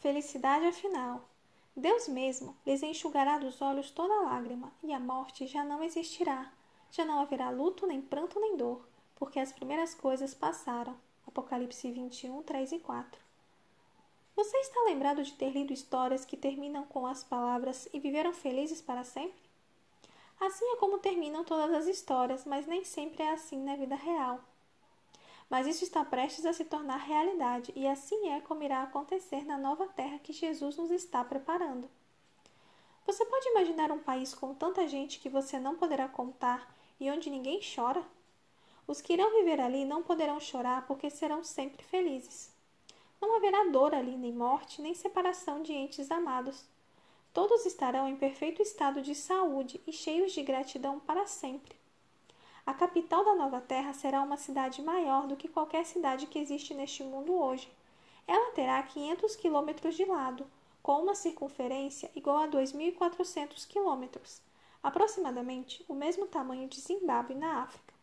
Felicidade afinal. Deus mesmo lhes enxugará dos olhos toda lágrima, e a morte já não existirá. Já não haverá luto, nem pranto, nem dor, porque as primeiras coisas passaram. Apocalipse 21, 3 e 4. Você está lembrado de ter lido histórias que terminam com as palavras "e viveram felizes para sempre"? Assim é como terminam todas as histórias, mas nem sempre é assim na vida real. Mas isso está prestes a se tornar realidade, e assim é como irá acontecer na nova terra que Jesus nos está preparando. Você pode imaginar um país com tanta gente que você não poderá contar e onde ninguém chora? Os que irão viver ali não poderão chorar porque serão sempre felizes. Não haverá dor ali, nem morte, nem separação de entes amados. Todos estarão em perfeito estado de saúde e cheios de gratidão para sempre. A capital da nova terra será uma cidade maior do que qualquer cidade que existe neste mundo hoje. Ela terá 500 quilômetros de lado, com uma circunferência igual a 2.400 quilômetros, aproximadamente o mesmo tamanho de Zimbábue, na África.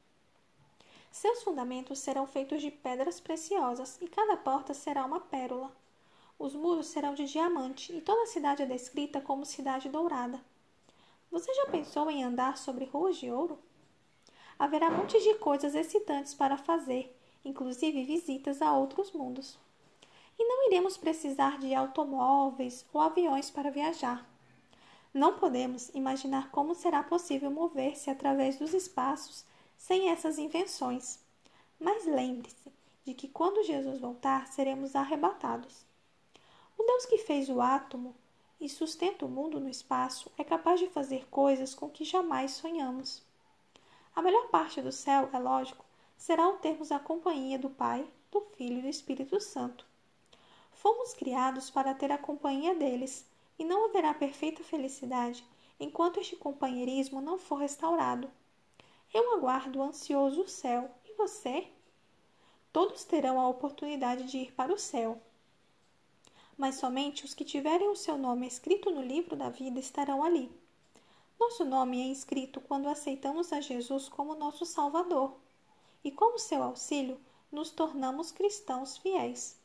Seus fundamentos serão feitos de pedras preciosas e cada porta será uma pérola. Os muros serão de diamante e toda a cidade é descrita como cidade dourada. Você já pensou em andar sobre ruas de ouro? Haverá montes de coisas excitantes para fazer, inclusive visitas a outros mundos. E não iremos precisar de automóveis ou aviões para viajar. Não podemos imaginar como será possível mover-se através dos espaços sem essas invenções. Mas lembre-se de que quando Jesus voltar, seremos arrebatados. O Deus que fez o átomo e sustenta o mundo no espaço é capaz de fazer coisas com que jamais sonhamos. A melhor parte do céu, é lógico, será ao termos a companhia do Pai, do Filho e do Espírito Santo. Fomos criados para ter a companhia deles, e não haverá perfeita felicidade enquanto este companheirismo não for restaurado. Eu aguardo ansioso o céu, e você? Todos terão a oportunidade de ir para o céu, mas somente os que tiverem o seu nome escrito no livro da vida estarão ali. Nosso nome é inscrito quando aceitamos a Jesus como nosso Salvador, e com o seu auxílio nos tornamos cristãos fiéis.